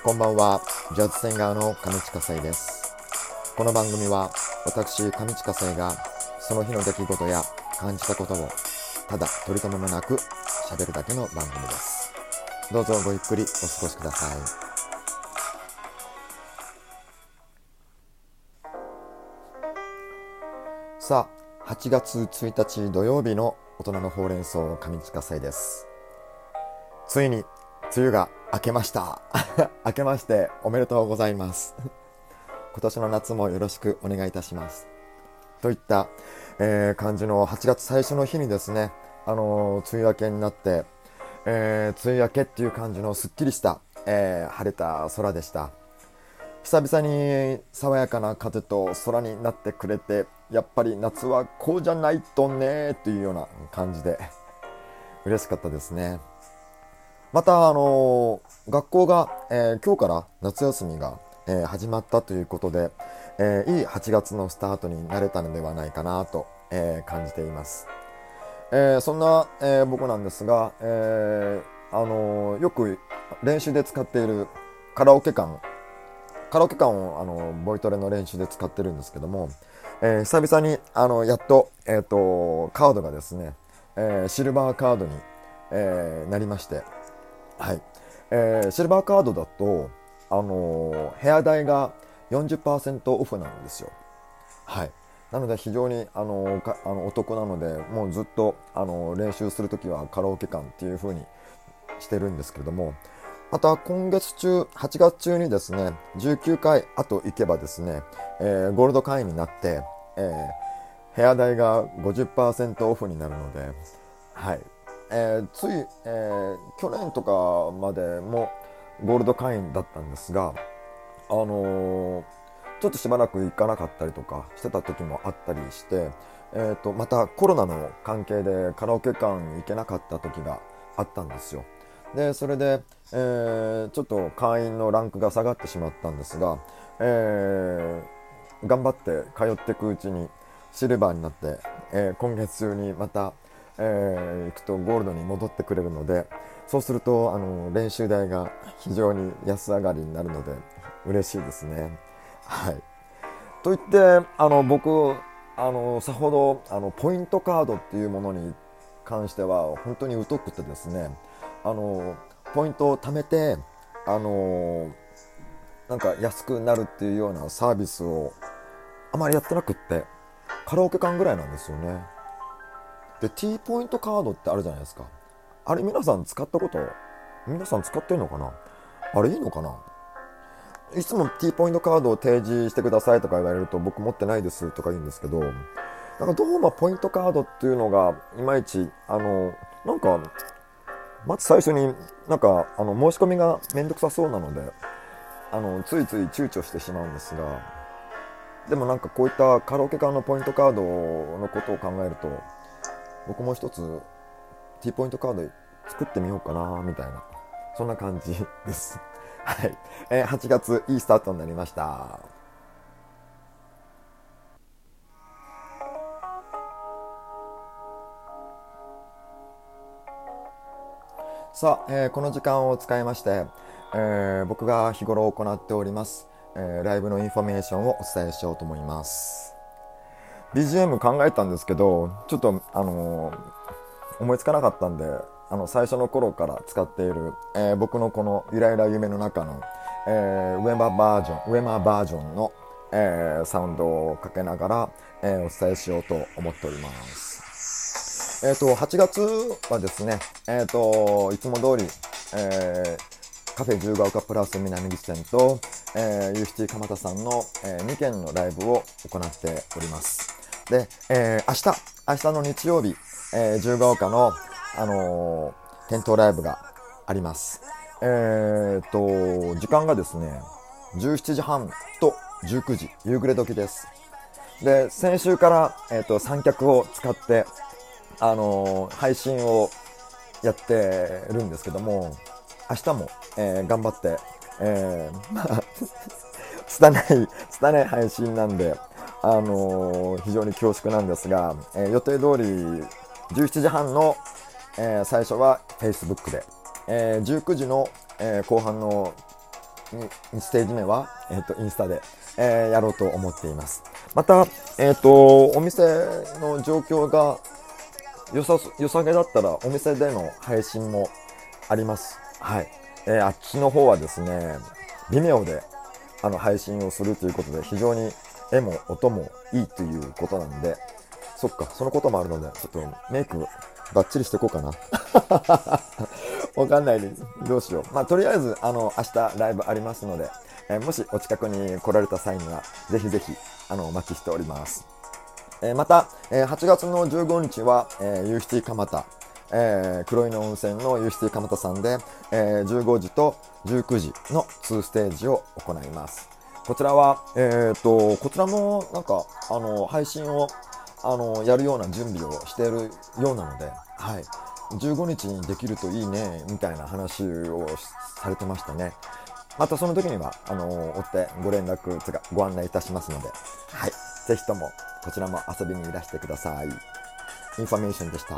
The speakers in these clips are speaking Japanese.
こんばんは、ジャズシンガーの上地下生です。この番組は私上地下生がその日の出来事や感じたことをただ取り留めもなく喋るだけの番組です。どうぞごゆっくりお過ごしください。さあ、8月1日土曜日の大人のほうれん草上地下生です。ついに梅雨が明けました明けましておめでとうございます今年の夏もよろしくお願いいたしますといった、感じの8月最初の日にですね、梅雨明けになって、梅雨明けっていう感じのすっきりした、晴れた空でした。久々に爽やかな風と空になってくれて、やっぱり夏はこうじゃないとねっていうような感じで嬉しかったですね。また、学校が、今日から夏休みが、始まったということで、いい8月のスタートになれたのではないかなと、感じています。そんな、僕なんですが、よく練習で使っているカラオケ館をボイトレの練習で使ってるんですけども、久々にやっと、カードがですね、シルバーカードに、なりまして、はい、シルバーカードだと、部屋代が 40% オフなんですよ。はい。なので非常にお得なので、もうずっと練習するときはカラオケ館っていう風にしてるんですけれども、また今月中、8月中にですね、19回あと行けばですね、ゴールド会員になって、部屋代が 50% オフになるので、はい。つい、去年とかまでもゴールド会員だったんですが、ちょっとしばらく行かなかったりとかしてた時もあったりして、またコロナの関係でカラオケ館に行けなかった時があったんですよ。でそれで、ちょっと会員のランクが下がってしまったんですが、頑張って通っていくうちにシルバーになって、今月中にまた、行くとゴールドに戻ってくれるので、そうすると練習代が非常に安上がりになるので嬉しいですね。はい。といって僕さほどポイントカードっていうものに関しては本当に疎くてですね、ポイントを貯めてなんか安くなるっていうようなサービスをあまりやってなくって、カラオケ館ぐらいなんですよね。で T ポイントカードってあるじゃないですか。あれ皆さん使ってるのかな。あれいいのかな。いつも T ポイントカードを提示してくださいとか言われると、僕持ってないですとか言うんですけど、なんかどうもポイントカードっていうのがいまいちなんかまず最初になんか申し込みがめんどくさそうなのでついつい躊躇してしまうんですが、でもなんかこういったカラオケ館のポイントカードのことを考えると、僕も一つ T ポイントカード作ってみようかなみたいな、そんな感じですはい、8月いいスタートになりました。さあ、この時間を使いまして、僕が日頃行っております、ライブのインフォメーションをお伝えしようと思います。 BGM 考えたんですけど、ちょっと思いつかなかったんで、最初の頃から使っている、僕のこのゆらゆら夢の中の、ウェマバージョンの、サウンドをかけながら、お伝えしようと思っております。8月はですね、いつも通り、カフェ自由が丘プラス南口店と、UFT 蒲田さんの、2件のライブを行っております。で、明日の日曜日、自由が丘の、店頭ライブがあります。時間がですね、17時半と19時、夕暮れ時です。で、先週から、三脚を使って、配信をやってるんですけども、明日も、頑張って、まあ、拙い配信なんで、非常に恐縮なんですが、予定通り17時半の、最初は Facebook で、19時の、後半のステージ目は、インスタで、やろうと思っています。また、お店の状況が良さげだったらお店での配信もあります。はい。あっちの方はですね、微妙で配信をするということで、非常に絵も音もいいということなんで、そっか、そのこともあるので、ちょっとメイクバッチリしていこうかな。わかんないです。どうしよう。まあ、とりあえず、明日ライブありますので、もしお近くに来られた際には、ぜひぜひ、お待ちしております。また、8月の15日は、ユーシティ蒲田、黒犬温泉のユーシティ蒲田さんで、15時と19時の2ステージを行います。こちらは、こちらもなんか配信をやるような準備をしているようなので、はい、15日にできるといいねみたいな話をされてましたね。またその時には追ってご連絡つかご案内いたしますので、はい、ぜひともこちらも遊びにいらしてください。インフォメーションでした。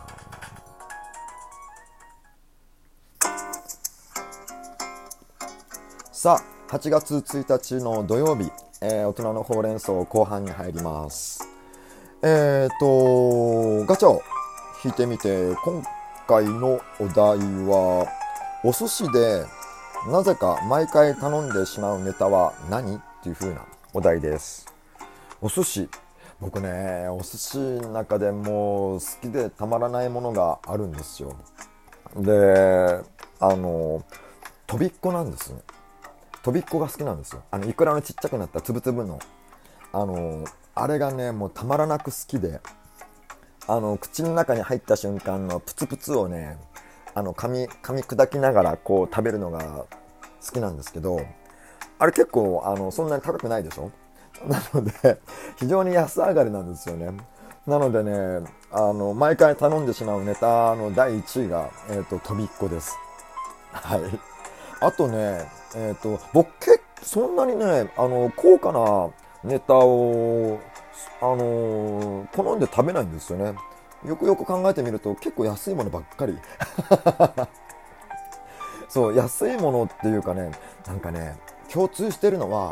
さあ、8月1日の土曜日、大人のほうれん草後半に入ります。ガチャを引いてみて、今回のお題は、お寿司でなぜか毎回頼んでしまうネタは何っていう風なお題です。お寿司、僕ね、お寿司の中でも好きでたまらないものがあるんですよ。で、とびっこなんですね。とびっこが好きなんですよ。いくらのちっちゃくなったつぶつぶのあれがね、もうたまらなく好きで、口の中に入った瞬間のプツプツをね、噛み砕きながらこう食べるのが好きなんですけど、あれ結構そんなに高くないでしょ。なので非常に安上がりなんですよね。なのでね、毎回頼んでしまうネタの第1位が、とびっこです。はい。あとね、僕そんなにね、高価なネタを、好んで食べないんですよね。よくよく考えてみると結構安いものばっかり。そう、安いものっていうかね、なんかね、共通してるのは、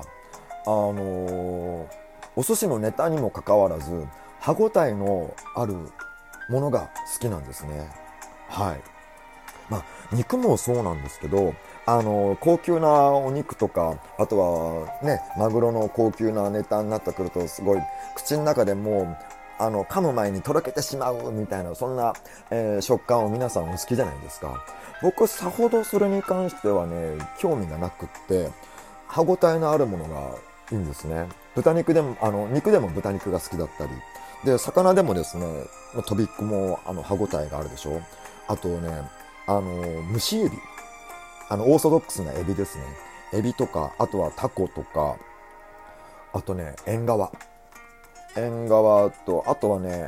お寿司のネタにもかかわらず、歯ごたえのあるものが好きなんですね。はい。まあ、肉もそうなんですけど、高級なお肉とか、あとはね、マグロの高級なネタになってくると、すごい口の中でもう噛む前にとろけてしまうみたいな、そんな、食感を皆さんお好きじゃないですか。僕さほどそれに関してはね、興味がなくって、歯ごたえのあるものがいいんですね。豚肉でも肉でも豚肉が好きだったりで、魚でもですね、とびっこも歯ごたえがあるでしょ。あとね、蒸しエビ、オーソドックスなエビですね。エビとか、あとはタコとか、あとね、縁側と、あとはね、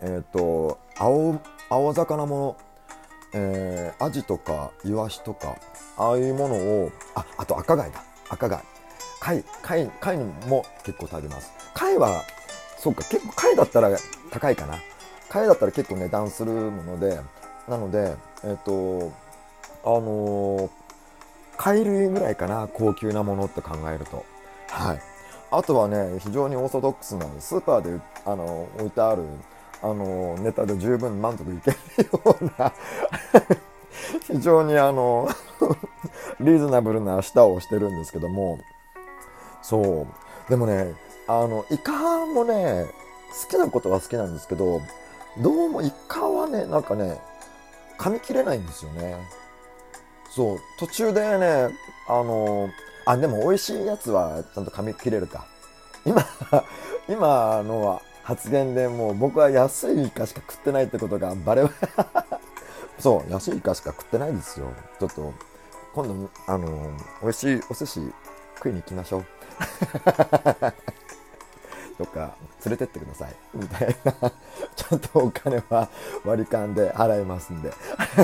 青魚もアジとかイワシとか、ああいうものを、あと赤貝だ。赤貝。貝も結構食べます。貝は、そうか、結構貝だったら高いかな。貝だったら結構値段するもので、なので、貝類ぐらいかな、高級なものって考えると。はい。あとはね、非常にオーソドックスなスーパーで置いてあるネタで十分満足いけるような非常にリーズナブルな舌をしてるんですけども、そうでもね、イカもね好きなことは好きなんですけど、どうもイカはね、なんかね噛み切れないんですよね。そう、途中でね、でも美味しいやつはちゃんと噛み切れるか。今今のは発言でもう僕は安いイカしか食ってないってことがバレそう、安いイカしか食ってないですよ。ちょっと今度美味しいお寿司食いに行きましょうとか連れてってくださいみたいなちゃんとお金は割り勘で払いますんで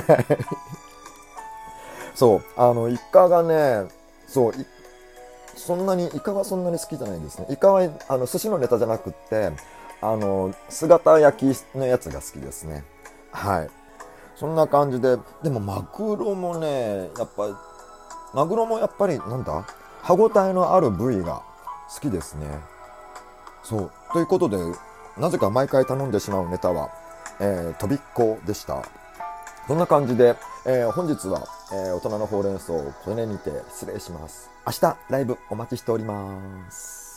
そうイカがね、そうそんなにイカはそんなに好きじゃないですね。イカは寿司のネタじゃなくって姿焼きのやつが好きですね。はい、そんな感じで。でもマグロもね、やっぱマグロもやっぱり歯ごたえのある部位が好きですね。そうということで、なぜか毎回頼んでしまうネタは、とびっこでした。そんな感じで、本日は、大人のほうれん草これにて失礼します。明日ライブお待ちしております。